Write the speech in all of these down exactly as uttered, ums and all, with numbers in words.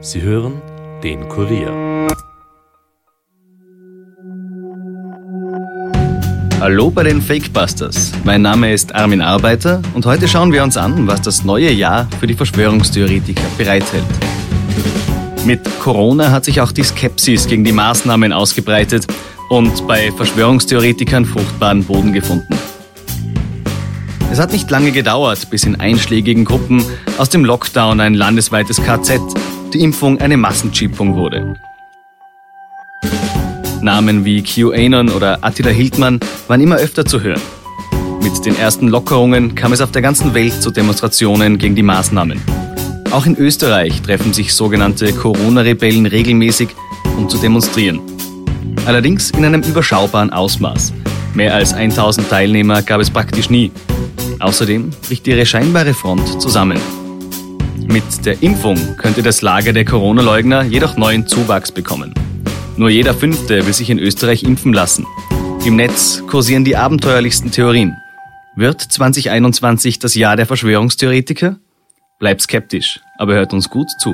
Sie hören den Kurier. Hallo bei den Fakebusters. Mein Name ist Armin Arbeiter und heute schauen wir uns an, was das neue Jahr für die Verschwörungstheoretiker bereithält. Mit Corona hat sich auch die Skepsis gegen die Maßnahmen ausgebreitet und bei Verschwörungstheoretikern fruchtbaren Boden gefunden. Es hat nicht lange gedauert, bis in einschlägigen Gruppen aus dem Lockdown ein landesweites K Z, die Impfung eine Massenschiebung wurde. Namen wie QAnon oder Attila Hildmann waren immer öfter zu hören. Mit den ersten Lockerungen kam es auf der ganzen Welt zu Demonstrationen gegen die Maßnahmen. Auch in Österreich treffen sich sogenannte Corona-Rebellen regelmäßig, um zu demonstrieren. Allerdings in einem überschaubaren Ausmaß. Mehr als tausend Teilnehmer gab es praktisch nie. Außerdem bricht ihre scheinbare Front zusammen. Mit der Impfung könnte das Lager der Corona-Leugner jedoch neuen Zuwachs bekommen. Nur jeder Fünfte will sich in Österreich impfen lassen. Im Netz kursieren die abenteuerlichsten Theorien. Wird zwanzig einundzwanzig das Jahr der Verschwörungstheoretiker? Bleibt skeptisch, aber hört uns gut zu.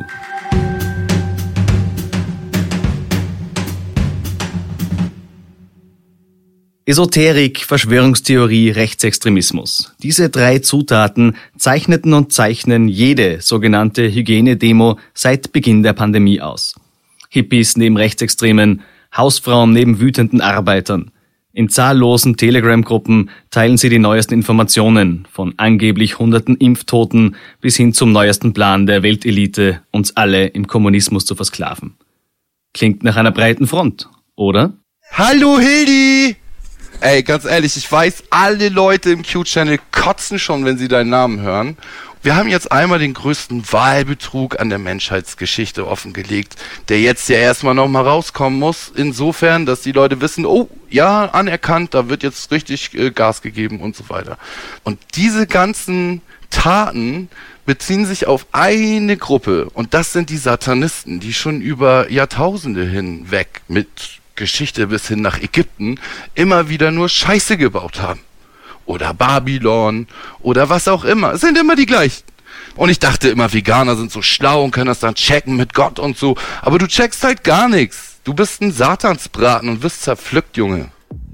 Esoterik, Verschwörungstheorie, Rechtsextremismus. Diese drei Zutaten zeichneten und zeichnen jede sogenannte Hygienedemo seit Beginn der Pandemie aus. Hippies neben Rechtsextremen, Hausfrauen neben wütenden Arbeitern. In zahllosen Telegram-Gruppen teilen sie die neuesten Informationen, von angeblich hunderten Impftoten bis hin zum neuesten Plan der Weltelite, uns alle im Kommunismus zu versklaven. Klingt nach einer breiten Front, oder? Hallo Hildi! Ey, ganz ehrlich, ich weiß, alle Leute im Q-Channel kotzen schon, wenn sie deinen Namen hören. Wir haben jetzt einmal den größten Wahlbetrug an der Menschheitsgeschichte offengelegt, der jetzt ja erstmal nochmal rauskommen muss, insofern, dass die Leute wissen, oh, ja, anerkannt, da wird jetzt richtig äh, Gas gegeben und so weiter. Und diese ganzen Taten beziehen sich auf eine Gruppe und das sind die Satanisten, die schon über Jahrtausende hinweg mit Geschichte bis hin nach Ägypten immer wieder nur Scheiße gebaut haben. Oder Babylon oder was auch immer. Es sind immer die gleichen. Und ich dachte immer, Veganer sind so schlau und können das dann checken mit Gott und so. Aber du checkst halt gar nichts. Du bist ein Satansbraten und wirst zerpflückt, Junge.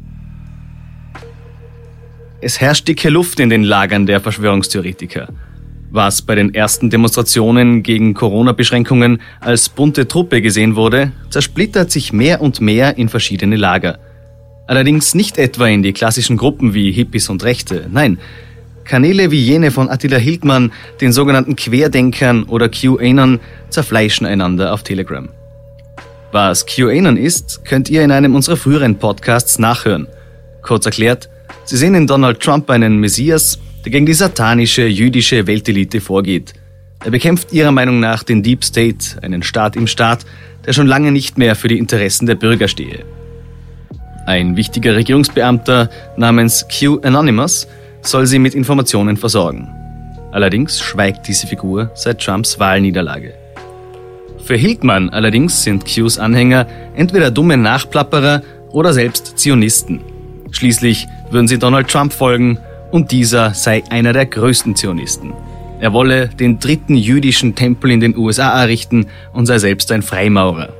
Es herrscht dicke Luft in den Lagern der Verschwörungstheoretiker. Was bei den ersten Demonstrationen gegen Corona-Beschränkungen als bunte Truppe gesehen wurde, zersplittert sich mehr und mehr in verschiedene Lager. Allerdings nicht etwa in die klassischen Gruppen wie Hippies und Rechte, nein. Kanäle wie jene von Attila Hildmann, den sogenannten Querdenkern oder QAnon zerfleischen einander auf Telegram. Was QAnon ist, könnt ihr in einem unserer früheren Podcasts nachhören. Kurz erklärt, sie sehen in Donald Trump einen Messias, der gegen die satanische, jüdische Weltelite vorgeht. Er bekämpft ihrer Meinung nach den Deep State, einen Staat im Staat, der schon lange nicht mehr für die Interessen der Bürger stehe. Ein wichtiger Regierungsbeamter namens Q Anonymous soll sie mit Informationen versorgen. Allerdings schweigt diese Figur seit Trumps Wahlniederlage. Für Hildmann allerdings sind Qs Anhänger entweder dumme Nachplapperer oder selbst Zionisten. Schließlich würden sie Donald Trump folgen und dieser sei einer der größten Zionisten. Er wolle den dritten jüdischen Tempel in den U S A errichten und sei selbst ein Freimaurer.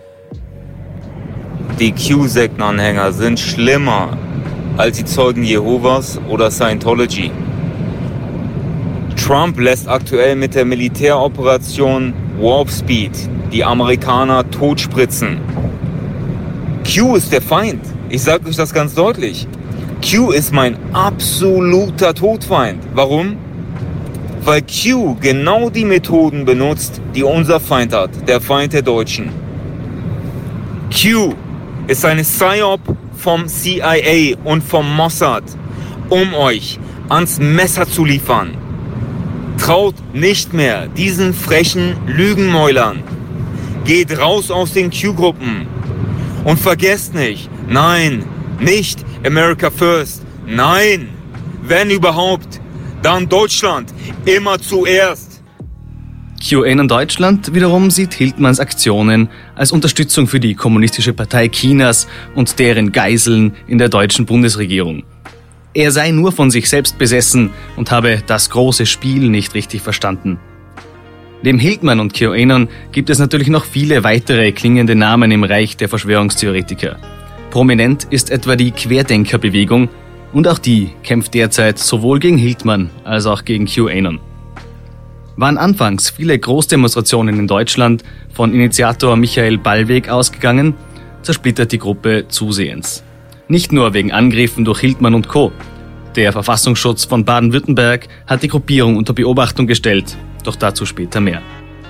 Die Q-Sektenanhänger sind schlimmer als die Zeugen Jehovas oder Scientology. Trump lässt aktuell mit der Militäroperation Warp Speed die Amerikaner totspritzen. Q ist der Feind. Ich sage euch das ganz deutlich. Q ist mein absoluter Todfeind. Warum? Weil Q genau die Methoden benutzt, die unser Feind hat, der Feind der Deutschen. Q ist eine Psyop vom C I A und vom Mossad, um euch ans Messer zu liefern. Traut nicht mehr diesen frechen Lügenmäulern. Geht raus aus den Q-Gruppen. Und vergesst nicht, nein, nicht America First, nein, wenn überhaupt, dann Deutschland, immer zuerst. QAnon Deutschland wiederum sieht Hildmanns Aktionen als Unterstützung für die Kommunistische Partei Chinas und deren Geiseln in der deutschen Bundesregierung. Er sei nur von sich selbst besessen und habe das große Spiel nicht richtig verstanden. Neben Hildmann und QAnon gibt es natürlich noch viele weitere klingende Namen im Reich der Verschwörungstheoretiker. Prominent ist etwa die Querdenkerbewegung und auch die kämpft derzeit sowohl gegen Hildmann als auch gegen QAnon. Waren anfangs viele Großdemonstrationen in Deutschland von Initiator Michael Ballweg ausgegangen, zersplittert die Gruppe zusehends. Nicht nur wegen Angriffen durch Hildmann und Co. Der Verfassungsschutz von Baden-Württemberg hat die Gruppierung unter Beobachtung gestellt, doch dazu später mehr.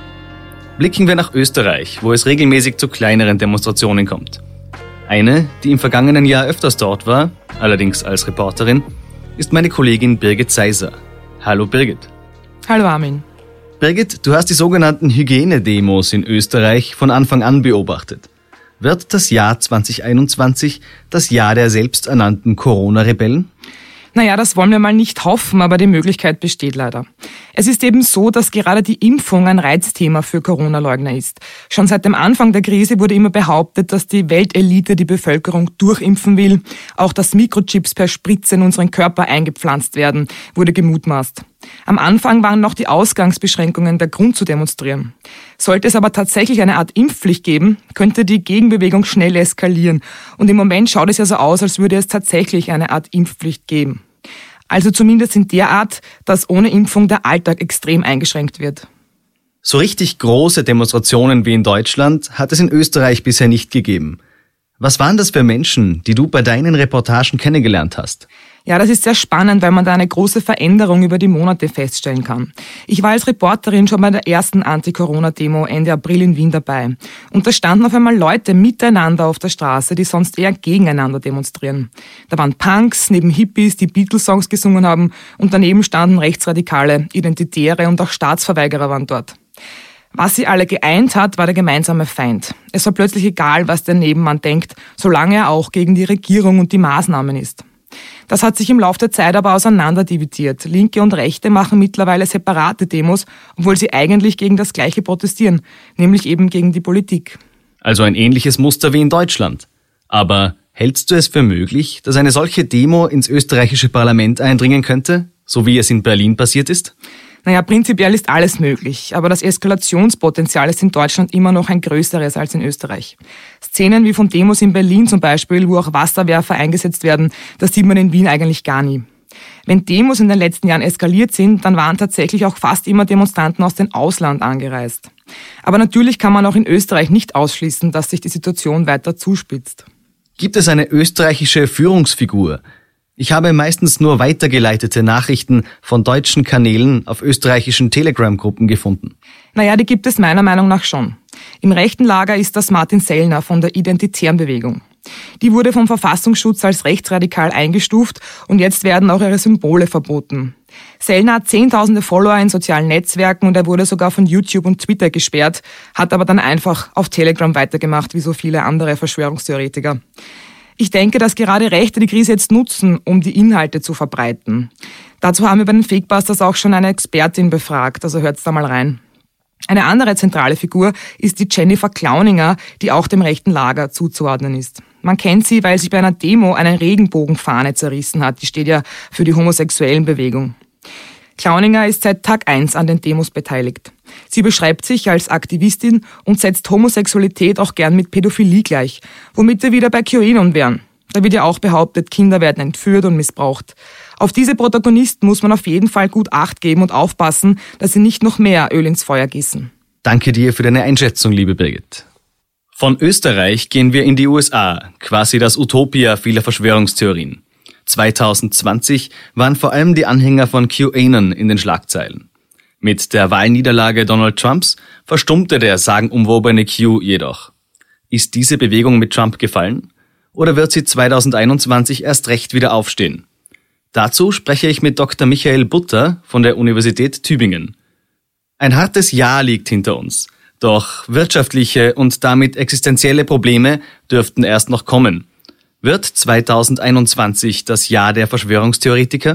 Blicken wir nach Österreich, wo es regelmäßig zu kleineren Demonstrationen kommt. Eine, die im vergangenen Jahr öfters dort war, allerdings als Reporterin, ist meine Kollegin Birgit Seiser. Hallo Birgit. Hallo Armin. Birgit, du hast die sogenannten Hygienedemos in Österreich von Anfang an beobachtet. Wird das Jahr zwanzig einundzwanzig das Jahr der selbsternannten Corona-Rebellen? Naja, das wollen wir mal nicht hoffen, aber die Möglichkeit besteht leider. Es ist eben so, dass gerade die Impfung ein Reizthema für Corona-Leugner ist. Schon seit dem Anfang der Krise wurde immer behauptet, dass die Weltelite die Bevölkerung durchimpfen will. Auch dass Mikrochips per Spritze in unseren Körper eingepflanzt werden, wurde gemutmaßt. Am Anfang waren noch die Ausgangsbeschränkungen der Grund zu demonstrieren. Sollte es aber tatsächlich eine Art Impfpflicht geben, könnte die Gegenbewegung schnell eskalieren. Und im Moment schaut es ja so aus, als würde es tatsächlich eine Art Impfpflicht geben. Also zumindest in der Art, dass ohne Impfung der Alltag extrem eingeschränkt wird. So richtig große Demonstrationen wie in Deutschland hat es in Österreich bisher nicht gegeben. Was waren das für Menschen, die du bei deinen Reportagen kennengelernt hast? Ja, das ist sehr spannend, weil man da eine große Veränderung über die Monate feststellen kann. Ich war als Reporterin schon bei der ersten Anti-Corona-Demo Ende April in Wien dabei. Und da standen auf einmal Leute miteinander auf der Straße, die sonst eher gegeneinander demonstrieren. Da waren Punks neben Hippies, die Beatles-Songs gesungen haben, und daneben standen Rechtsradikale, Identitäre und auch Staatsverweigerer waren dort. Was sie alle geeint hat, war der gemeinsame Feind. Es war plötzlich egal, was der Nebenmann denkt, solange er auch gegen die Regierung und die Maßnahmen ist. Das hat sich im Laufe der Zeit aber auseinanderdividiert. Linke und Rechte machen mittlerweile separate Demos, obwohl sie eigentlich gegen das Gleiche protestieren, nämlich eben gegen die Politik. Also ein ähnliches Muster wie in Deutschland. Aber hältst du es für möglich, dass eine solche Demo ins österreichische Parlament eindringen könnte, so wie es in Berlin passiert ist? Naja, prinzipiell ist alles möglich, aber das Eskalationspotenzial ist in Deutschland immer noch ein größeres als in Österreich. Szenen wie von Demos in Berlin zum Beispiel, wo auch Wasserwerfer eingesetzt werden, das sieht man in Wien eigentlich gar nie. Wenn Demos in den letzten Jahren eskaliert sind, dann waren tatsächlich auch fast immer Demonstranten aus dem Ausland angereist. Aber natürlich kann man auch in Österreich nicht ausschließen, dass sich die Situation weiter zuspitzt. Gibt es eine österreichische Führungsfigur? Ich habe meistens nur weitergeleitete Nachrichten von deutschen Kanälen auf österreichischen Telegram-Gruppen gefunden. Naja, die gibt es meiner Meinung nach schon. Im rechten Lager ist das Martin Sellner von der Identitären Bewegung. Die wurde vom Verfassungsschutz als rechtsradikal eingestuft und jetzt werden auch ihre Symbole verboten. Sellner hat zehntausende Follower in sozialen Netzwerken und er wurde sogar von YouTube und Twitter gesperrt, hat aber dann einfach auf Telegram weitergemacht, wie so viele andere Verschwörungstheoretiker. Ich denke, dass gerade Rechte die Krise jetzt nutzen, um die Inhalte zu verbreiten. Dazu haben wir bei den Fakebusters auch schon eine Expertin befragt, also hört's da mal rein. Eine andere zentrale Figur ist die Jennifer Clowninger, die auch dem rechten Lager zuzuordnen ist. Man kennt sie, weil sie bei einer Demo eine Regenbogenfahne zerrissen hat. Die steht ja für die homosexuellen Bewegung. Clowninger ist seit Tag eins an den Demos beteiligt. Sie beschreibt sich als Aktivistin und setzt Homosexualität auch gern mit Pädophilie gleich, womit wir wieder bei QAnon wären. Da wird ja auch behauptet, Kinder werden entführt und missbraucht. Auf diese Protagonisten muss man auf jeden Fall gut Acht geben und aufpassen, dass sie nicht noch mehr Öl ins Feuer gießen. Danke dir für deine Einschätzung, liebe Birgit. Von Österreich gehen wir in die U S A, quasi das Utopia vieler Verschwörungstheorien. zwanzig zwanzig waren vor allem die Anhänger von QAnon in den Schlagzeilen. Mit der Wahlniederlage Donald Trumps verstummte der sagenumwobene Q jedoch. Ist diese Bewegung mit Trump gefallen? Oder wird sie zwanzig einundzwanzig erst recht wieder aufstehen? Dazu spreche ich mit Doktor Michael Butter von der Universität Tübingen. Ein hartes Jahr liegt hinter uns, doch wirtschaftliche und damit existenzielle Probleme dürften erst noch kommen. Wird zwanzig einundzwanzig das Jahr der Verschwörungstheoretiker?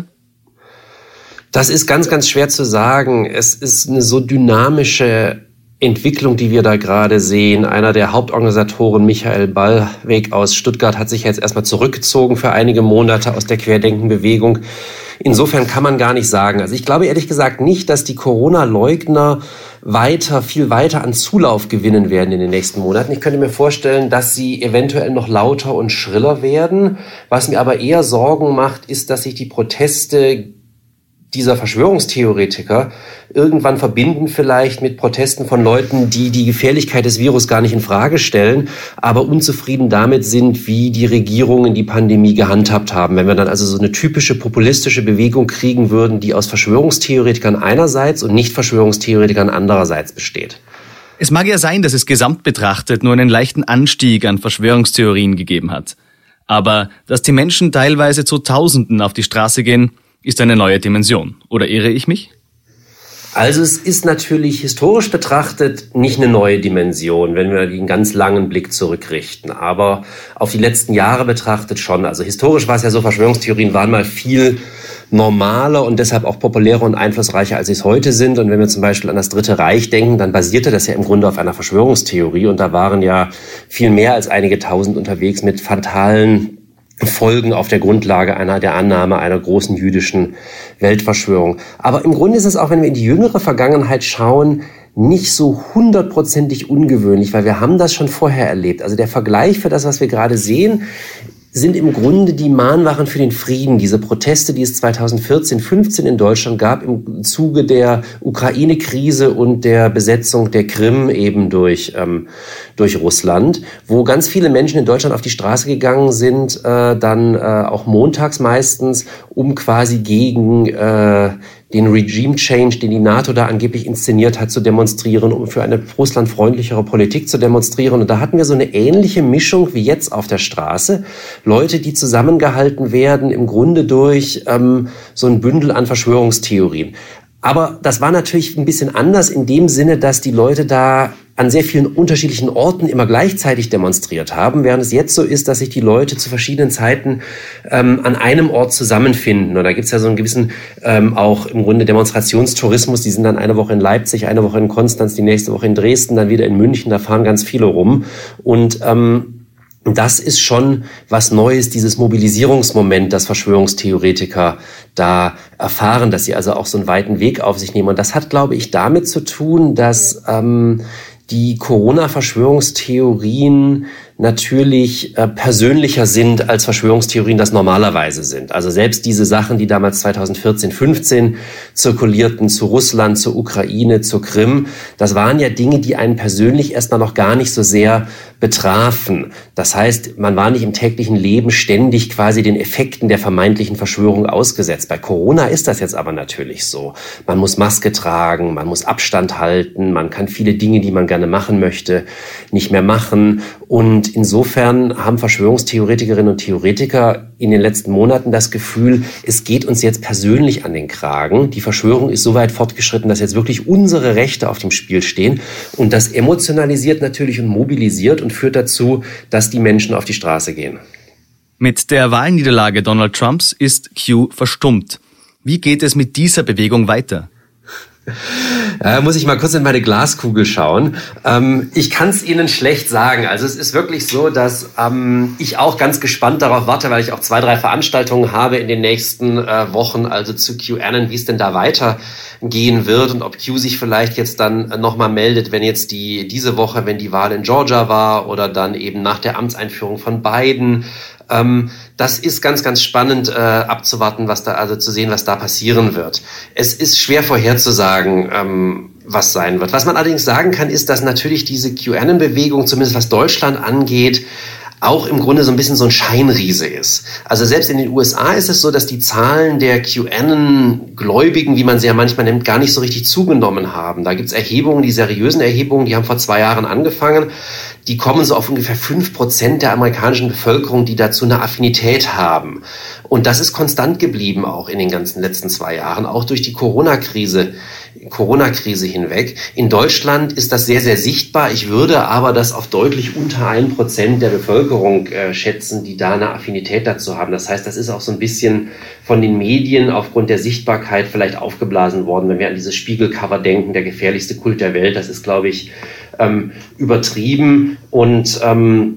Das ist ganz, ganz schwer zu sagen. Es ist eine so dynamische Entwicklung, die wir da gerade sehen. Einer der Hauptorganisatoren, Michael Ballweg aus Stuttgart, hat sich jetzt erstmal zurückgezogen für einige Monate aus der Querdenkenbewegung. Insofern kann man gar nicht sagen. Also ich glaube ehrlich gesagt nicht, dass die Corona-Leugner weiter, viel weiter an Zulauf gewinnen werden in den nächsten Monaten. Ich könnte mir vorstellen, dass sie eventuell noch lauter und schriller werden. Was mir aber eher Sorgen macht, ist, dass sich die Proteste dieser Verschwörungstheoretiker irgendwann verbinden vielleicht mit Protesten von Leuten, die die Gefährlichkeit des Virus gar nicht in Frage stellen, aber unzufrieden damit sind, wie die Regierungen die Pandemie gehandhabt haben. Wenn wir dann also so eine typische populistische Bewegung kriegen würden, die aus Verschwörungstheoretikern einerseits und Nicht-Verschwörungstheoretikern andererseits besteht. Es mag ja sein, dass es gesamt betrachtet nur einen leichten Anstieg an Verschwörungstheorien gegeben hat. Aber dass die Menschen teilweise zu Tausenden auf die Straße gehen, ist eine neue Dimension. Oder irre ich mich? Also es ist natürlich historisch betrachtet nicht eine neue Dimension, wenn wir den ganz langen Blick zurückrichten. Aber auf die letzten Jahre betrachtet schon. Also historisch war es ja so, Verschwörungstheorien waren mal viel normaler und deshalb auch populärer und einflussreicher, als sie es heute sind. Und wenn wir zum Beispiel an das Dritte Reich denken, dann basierte das ja im Grunde auf einer Verschwörungstheorie. Und da waren ja viel mehr als einige Tausend unterwegs mit fatalen Folgen auf der Grundlage einer der Annahme einer großen jüdischen Weltverschwörung. Aber im Grunde ist es auch, wenn wir in die jüngere Vergangenheit schauen, nicht so hundertprozentig ungewöhnlich, weil wir haben das schon vorher erlebt. Also der Vergleich für das, was wir gerade sehen, sind im Grunde die Mahnwachen für den Frieden, diese Proteste, die es zweitausendvierzehn, fünfzehn in Deutschland gab im Zuge der Ukraine-Krise und der Besetzung der Krim eben durch ähm, durch Russland, wo ganz viele Menschen in Deutschland auf die Straße gegangen sind, äh, dann äh, auch montags meistens, um quasi gegen äh, den Regime Change, den die NATO da angeblich inszeniert hat, zu demonstrieren, um für eine russlandfreundlichere Politik zu demonstrieren. Und da hatten wir so eine ähnliche Mischung wie jetzt auf der Straße. Leute, die zusammengehalten werden, im Grunde durch ähm, so ein Bündel an Verschwörungstheorien. Aber das war natürlich ein bisschen anders in dem Sinne, dass die Leute da an sehr vielen unterschiedlichen Orten immer gleichzeitig demonstriert haben, während es jetzt so ist, dass sich die Leute zu verschiedenen Zeiten ähm, an einem Ort zusammenfinden. Und da gibt's ja so einen gewissen ähm, auch im Grunde Demonstrationstourismus. Die sind dann eine Woche in Leipzig, eine Woche in Konstanz, die nächste Woche in Dresden, dann wieder in München. Da fahren ganz viele rum. Und ähm, das ist schon was Neues, dieses Mobilisierungsmoment, das Verschwörungstheoretiker da erfahren, dass sie also auch so einen weiten Weg auf sich nehmen. Und das hat, glaube ich, damit zu tun, dass ähm, die Corona-Verschwörungstheorien natürlich äh, persönlicher sind, als Verschwörungstheorien das normalerweise sind. Also selbst diese Sachen, die damals zweitausendvierzehn, fünfzehn zirkulierten zu Russland, zur Ukraine, zur Krim, das waren ja Dinge, die einen persönlich erstmal noch gar nicht so sehr betrafen. Das heißt, man war nicht im täglichen Leben ständig quasi den Effekten der vermeintlichen Verschwörung ausgesetzt. Bei Corona ist das jetzt aber natürlich so. Man muss Maske tragen, man muss Abstand halten, man kann viele Dinge, die man gerne machen möchte, nicht mehr machen. Und insofern haben Verschwörungstheoretikerinnen und Theoretiker in den letzten Monaten das Gefühl, es geht uns jetzt persönlich an den Kragen. Die Verschwörung ist so weit fortgeschritten, dass jetzt wirklich unsere Rechte auf dem Spiel stehen. Und das emotionalisiert natürlich und mobilisiert und führt dazu, dass die Menschen auf die Straße gehen. Mit der Wahlniederlage Donald Trumps ist Q verstummt. Wie geht es mit dieser Bewegung weiter? Da muss ich mal kurz in meine Glaskugel schauen. Ähm, ich kann es Ihnen schlecht sagen. Also es ist wirklich so, dass ähm, ich auch ganz gespannt darauf warte, weil ich auch zwei, drei Veranstaltungen habe in den nächsten äh, Wochen, also zu QAnon, wie es denn da weitergehen wird und ob Q sich vielleicht jetzt dann äh, nochmal meldet, wenn jetzt die diese Woche, wenn die Wahl in Georgia war oder dann eben nach der Amtseinführung von Biden. Ähm, das ist ganz, ganz spannend äh, abzuwarten, was da, also zu sehen, was da passieren wird. Es ist schwer vorherzusagen, ähm, was sein wird. Was man allerdings sagen kann, ist, dass natürlich diese QAnon-Bewegung, zumindest was Deutschland angeht, auch im Grunde so ein bisschen so ein Scheinriese ist. Also selbst in den U S A ist es so, dass die Zahlen der QAnon-Gläubigen, wie man sie ja manchmal nennt, gar nicht so richtig zugenommen haben. Da gibt's Erhebungen, die seriösen Erhebungen, die haben vor zwei Jahren angefangen. Die kommen so auf ungefähr fünf Prozent der amerikanischen Bevölkerung, die dazu eine Affinität haben. Und das ist konstant geblieben auch in den ganzen letzten zwei Jahren, auch durch die Corona-Krise. Corona-Krise hinweg. In Deutschland ist das sehr, sehr sichtbar. Ich würde aber das auf deutlich unter ein Prozent der Bevölkerung äh, schätzen, die da eine Affinität dazu haben. Das heißt, das ist auch so ein bisschen von den Medien aufgrund der Sichtbarkeit vielleicht aufgeblasen worden, wenn wir an dieses Spiegelcover denken, der gefährlichste Kult der Welt. Das ist, glaube ich, ähm, übertrieben und ähm,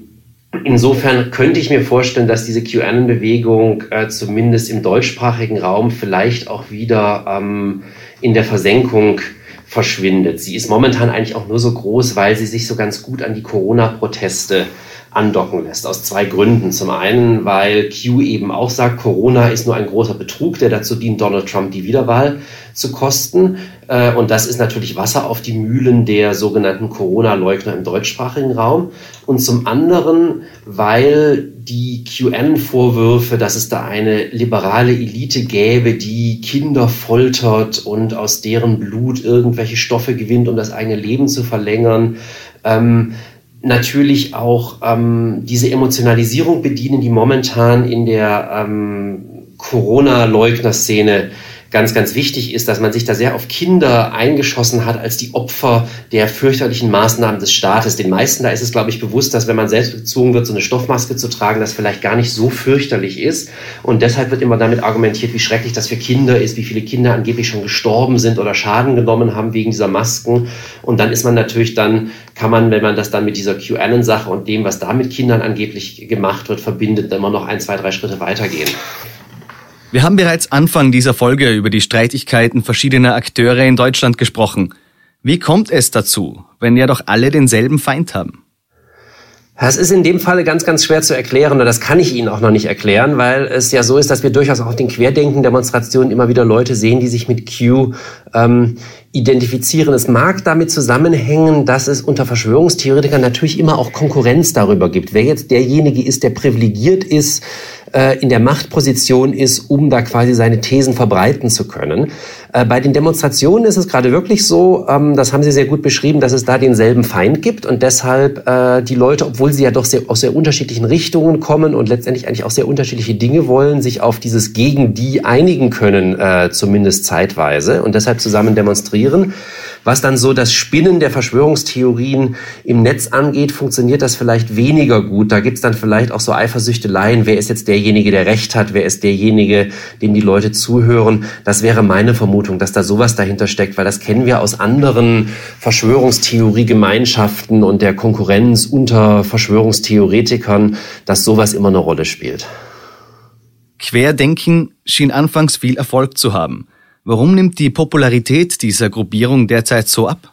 Insofern könnte ich mir vorstellen, dass diese QAnon-Bewegung äh, zumindest im deutschsprachigen Raum vielleicht auch wieder ähm, in der Versenkung verschwindet. Sie ist momentan eigentlich auch nur so groß, weil sie sich so ganz gut an die Corona-Proteste andocken lässt, aus zwei Gründen. Zum einen, weil Q eben auch sagt, Corona ist nur ein großer Betrug, der dazu dient, Donald Trump die Wiederwahl zu kosten. Und das ist natürlich Wasser auf die Mühlen der sogenannten Corona-Leugner im deutschsprachigen Raum. Und zum anderen, weil die QAnon-Vorwürfe, dass es da eine liberale Elite gäbe, die Kinder foltert und aus deren Blut irgendwelche Stoffe gewinnt, um das eigene Leben zu verlängern, ähm, natürlich auch ähm, diese Emotionalisierung bedienen, die momentan in der ähm, Corona-Leugner-Szene ganz, ganz wichtig ist, dass man sich da sehr auf Kinder eingeschossen hat als die Opfer der fürchterlichen Maßnahmen des Staates. Den meisten da ist es, glaube ich, bewusst, dass wenn man selbst gezwungen wird, so eine Stoffmaske zu tragen, das vielleicht gar nicht so fürchterlich ist. Und deshalb wird immer damit argumentiert, wie schrecklich das für Kinder ist, wie viele Kinder angeblich schon gestorben sind oder Schaden genommen haben wegen dieser Masken. Und dann ist man natürlich dann, kann man, wenn man das dann mit dieser QAnon-Sache und dem, was da mit Kindern angeblich gemacht wird, verbindet, immer noch ein, zwei, drei Schritte weitergehen. Wir haben bereits Anfang dieser Folge über die Streitigkeiten verschiedener Akteure in Deutschland gesprochen. Wie kommt es dazu, wenn ja doch alle denselben Feind haben? Das ist in dem Falle ganz, ganz schwer zu erklären, und das kann ich Ihnen auch noch nicht erklären, weil es ja so ist, dass wir durchaus auch auf den Querdenken-Demonstrationen immer wieder Leute sehen, die sich mit Q ähm, identifizieren. Es mag damit zusammenhängen, dass es unter Verschwörungstheoretikern natürlich immer auch Konkurrenz darüber gibt, wer jetzt derjenige ist, der privilegiert ist, äh, in der Machtposition ist, um da quasi seine Thesen verbreiten zu können. Äh, bei den Demonstrationen ist es gerade wirklich so, ähm, das haben Sie sehr gut beschrieben, dass es da denselben Feind gibt und deshalb äh, die Leute, obwohl sie ja doch sehr, aus sehr unterschiedlichen Richtungen kommen und letztendlich eigentlich auch sehr unterschiedliche Dinge wollen, sich auf dieses Gegen die einigen können, äh, zumindest zeitweise, und deshalb zusammen demonstrieren. Was dann so das Spinnen der Verschwörungstheorien im Netz angeht, funktioniert das vielleicht weniger gut. Da gibt's dann vielleicht auch so Eifersüchteleien. Wer ist jetzt derjenige, der Recht hat? Wer ist derjenige, dem die Leute zuhören? Das wäre meine Vermutung, dass da sowas dahinter steckt, weil das kennen wir aus anderen Verschwörungstheorie-Gemeinschaften und der Konkurrenz unter Verschwörungstheoretikern, dass sowas immer eine Rolle spielt. Querdenken schien anfangs viel Erfolg zu haben. Warum nimmt die Popularität dieser Gruppierung derzeit so ab?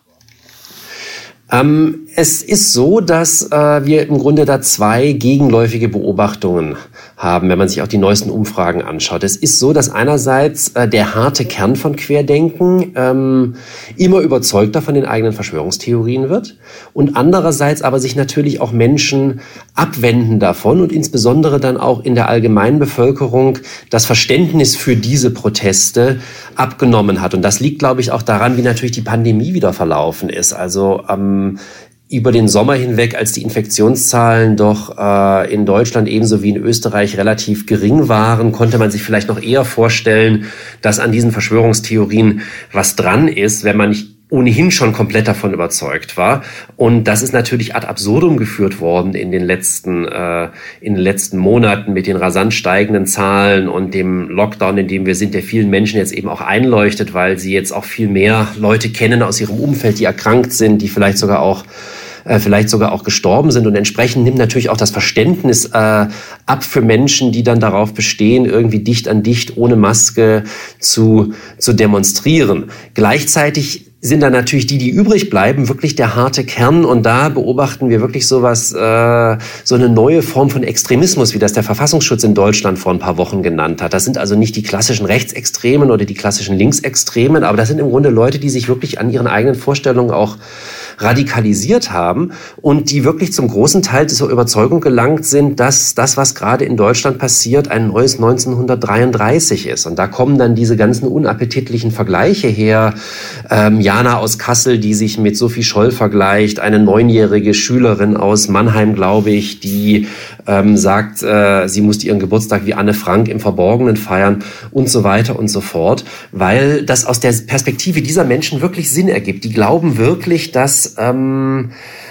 Ähm, es ist so, dass äh, wir im Grunde da zwei gegenläufige Beobachtungen haben, wenn man sich auch die neuesten Umfragen anschaut. Es ist so, dass einerseits äh, der harte Kern von Querdenken ähm, immer überzeugter von den eigenen Verschwörungstheorien wird und andererseits aber sich natürlich auch Menschen abwenden davon und insbesondere dann auch in der allgemeinen Bevölkerung das Verständnis für diese Proteste abgenommen hat. Und das liegt, glaube ich, auch daran, wie natürlich die Pandemie wieder verlaufen ist. Also ähm, über den Sommer hinweg, als die Infektionszahlen doch äh, in Deutschland ebenso wie in Österreich relativ gering waren, konnte man sich vielleicht noch eher vorstellen, dass an diesen Verschwörungstheorien was dran ist, wenn man nicht ohnehin schon komplett davon überzeugt war. Und das ist natürlich ad absurdum geführt worden in den letzten äh, in den letzten Monaten mit den rasant steigenden Zahlen und dem Lockdown, in dem wir sind, der vielen Menschen jetzt eben auch einleuchtet, weil sie jetzt auch viel mehr Leute kennen aus ihrem Umfeld, die erkrankt sind, die vielleicht sogar auch äh, vielleicht sogar auch gestorben sind. Und entsprechend nimmt natürlich auch das Verständnis äh, ab für Menschen, die dann darauf bestehen, irgendwie dicht an dicht ohne Maske zu zu demonstrieren. Gleichzeitig sind dann natürlich die, die übrig bleiben, wirklich der harte Kern. Und da beobachten wir wirklich sowas, äh, so eine neue Form von Extremismus, wie das der Verfassungsschutz in Deutschland vor ein paar Wochen genannt hat. Das sind also nicht die klassischen Rechtsextremen oder die klassischen Linksextremen, aber das sind im Grunde Leute, die sich wirklich an ihren eigenen Vorstellungen auch radikalisiert haben und die wirklich zum großen Teil zur Überzeugung gelangt sind, dass das, was gerade in Deutschland passiert, ein neues neunzehnhundertdreiunddreißig ist. Und da kommen dann diese ganzen unappetitlichen Vergleiche her. Ähm, Jana aus Kassel, die sich mit Sophie Scholl vergleicht, eine neunjährige Schülerin aus Mannheim, glaube ich, die ähm, sagt, äh, sie musste ihren Geburtstag wie Anne Frank im Verborgenen feiern und so weiter und so fort, weil das aus der Perspektive dieser Menschen wirklich Sinn ergibt. Die glauben wirklich, dass ähm,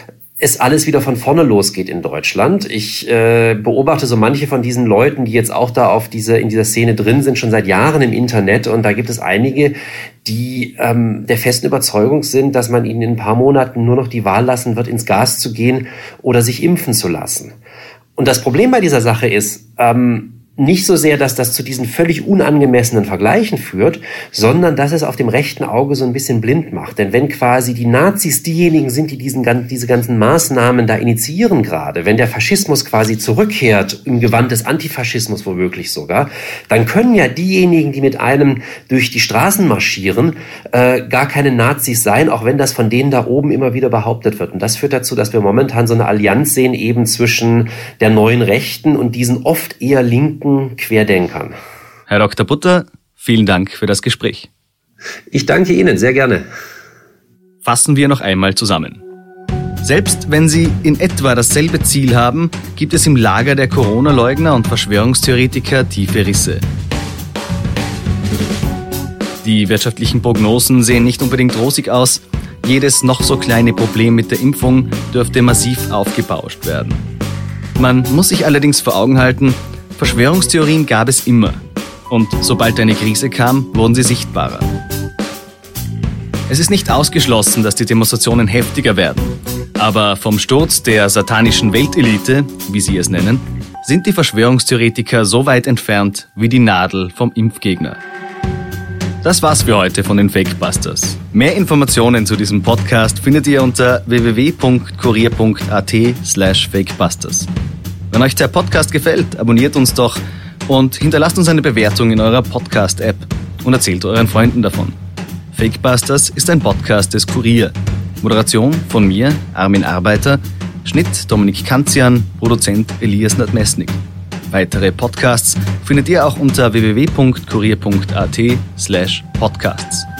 es alles wieder von vorne losgeht in Deutschland. Ich äh, beobachte so manche von diesen Leuten, die jetzt auch da auf diese in dieser Szene drin sind, schon seit Jahren im Internet. Und da gibt es einige, die ähm, der festen Überzeugung sind, dass man ihnen in ein paar Monaten nur noch die Wahl lassen wird, ins Gas zu gehen oder sich impfen zu lassen. Und das Problem bei dieser Sache ist, ähm, nicht so sehr, dass das zu diesen völlig unangemessenen Vergleichen führt, sondern dass es auf dem rechten Auge so ein bisschen blind macht. Denn wenn quasi die Nazis diejenigen sind, die diesen, diese ganzen Maßnahmen da initiieren gerade, wenn der Faschismus quasi zurückkehrt, im Gewand des Antifaschismus womöglich sogar, dann können ja diejenigen, die mit einem durch die Straßen marschieren, äh, gar keine Nazis sein, auch wenn das von denen da oben immer wieder behauptet wird. Und das führt dazu, dass wir momentan so eine Allianz sehen, eben zwischen der neuen Rechten und diesen oft eher linken Querdenkern. Herr Doktor Butter, vielen Dank für das Gespräch. Ich danke Ihnen, sehr gerne. Fassen wir noch einmal zusammen. Selbst wenn Sie in etwa dasselbe Ziel haben, gibt es im Lager der Corona-Leugner und Verschwörungstheoretiker tiefe Risse. Die wirtschaftlichen Prognosen sehen nicht unbedingt rosig aus. Jedes noch so kleine Problem mit der Impfung dürfte massiv aufgebauscht werden. Man muss sich allerdings vor Augen halten, Verschwörungstheorien gab es immer. Und sobald eine Krise kam, wurden sie sichtbarer. Es ist nicht ausgeschlossen, dass die Demonstrationen heftiger werden. Aber vom Sturz der satanischen Weltelite, wie sie es nennen, sind die Verschwörungstheoretiker so weit entfernt wie die Nadel vom Impfgegner. Das war's für heute von den Fakebusters. Mehr Informationen zu diesem Podcast findet ihr unter w w w punkt kurier punkt a t slash fakebusters. Wenn euch der Podcast gefällt, abonniert uns doch und hinterlasst uns eine Bewertung in eurer Podcast-App und erzählt euren Freunden davon. Fakebusters ist ein Podcast des Kurier. Moderation von mir, Armin Arbeiter, Schnitt Dominik Kanzian, Produzent Elias Nadmesnik. Weitere Podcasts findet ihr auch unter w w w punkt kurier punkt a t slash podcasts.